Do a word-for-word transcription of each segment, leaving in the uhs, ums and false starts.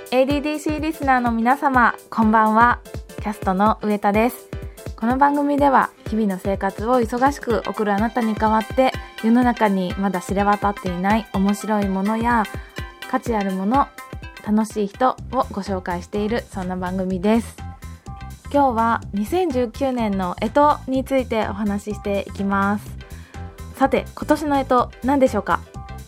エーディーディーシー リスナーの皆様、こんばんは。キャストの上田です。この番組では日々の生活を忙しく送るあなたに代わって、世の中にまだ知れ渡っていない面白いものや価値あるもの、楽しい人をご紹介している、そんな番組です。今日はにせんじゅうきゅうねんの干支についてお話ししていきます。さて、今年の干支何でしょうか？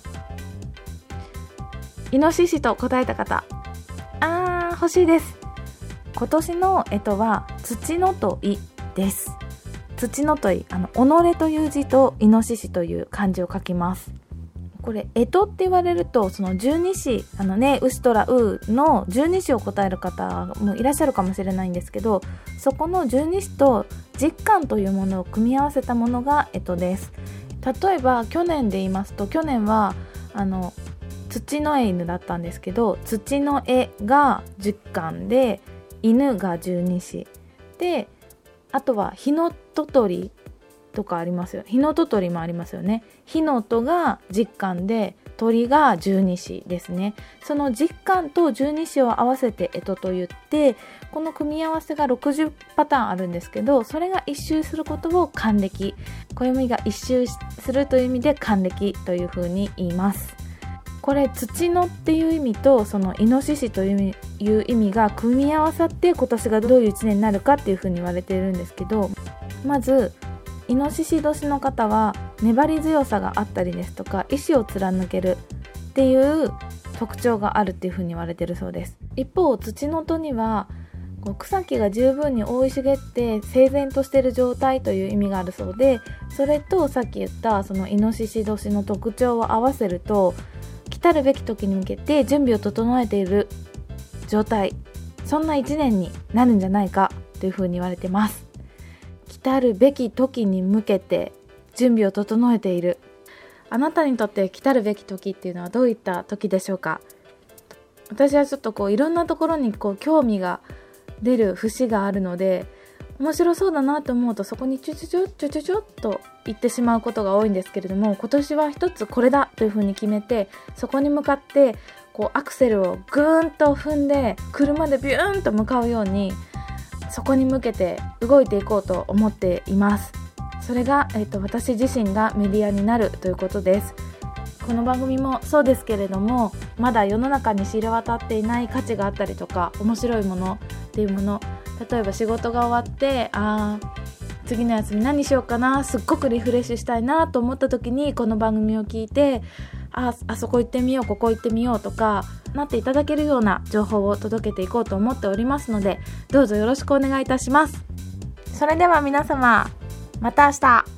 イノシシと答えた方、あー、欲しいです。今年の干支は土のといです。土のとい、あの己という字とイノシシという漢字を書きます。これ干支って言われると、その十二支、あのね、牛とらうの十二支を答える方もいらっしゃるかもしれないんですけど、そこの十二支と実感というものを組み合わせたものが干支です。例えば去年で言いますと、去年はあの土の絵犬だったんですけど、土の絵が十巻で、犬が十二支で、あとは火のととりとかありますよ。火のととりもありますよね。火のとが十巻で、鳥が十二支ですね。その十巻と十二支を合わせて干支と言って、この組み合わせがろくじゅうパターンあるんですけど、それが一周することを還暦、暦が一周するという意味で還暦というふうに言います。これ土のっていう意味と、そのイノシシという意味が組み合わさって、今年がどういう一年になるかっていうふうに言われているんですけど、まずイノシシ年の方は粘り強さがあったりですとか、意志を貫けるっていう特徴があるっていうふうに言われているそうです。一方、土のとにはこう草木が十分に生い茂って整然としている状態という意味があるそうで、それとさっき言ったそのイノシシ年の特徴を合わせると、来たるべき時に向けて準備を整えている状態、そんな一年になるんじゃないかというふうに言われてます。来たるべき時に向けて準備を整えている。あなたにとって来たるべき時っていうのはどういった時でしょうか？私はちょっとこういろんなところにこう興味が出る節があるので、面白そうだなと思うと、そこにちょちょちょちょちょちょっと行ってしまうことが多いんですけれども、今年は一つこれだというふうに決めて、そこに向かってこうアクセルをぐーんと踏んで、車でビューンと向かうように、そこに向けて動いていこうと思っています。それが、えーと、私自身がメディアになるということです。この番組もそうですけれども、まだ世の中に知れ渡っていない価値があったりとか、面白いものっていうもの、例えば仕事が終わって、あー次の休み何しようかな、すっごくリフレッシュしたいなと思った時に、この番組を聞いて、ああそこ行ってみよう、ここ行ってみようとかなっていただけるような情報を届けていこうと思っておりますので、どうぞよろしくお願いいたします。それでは皆様、また明日。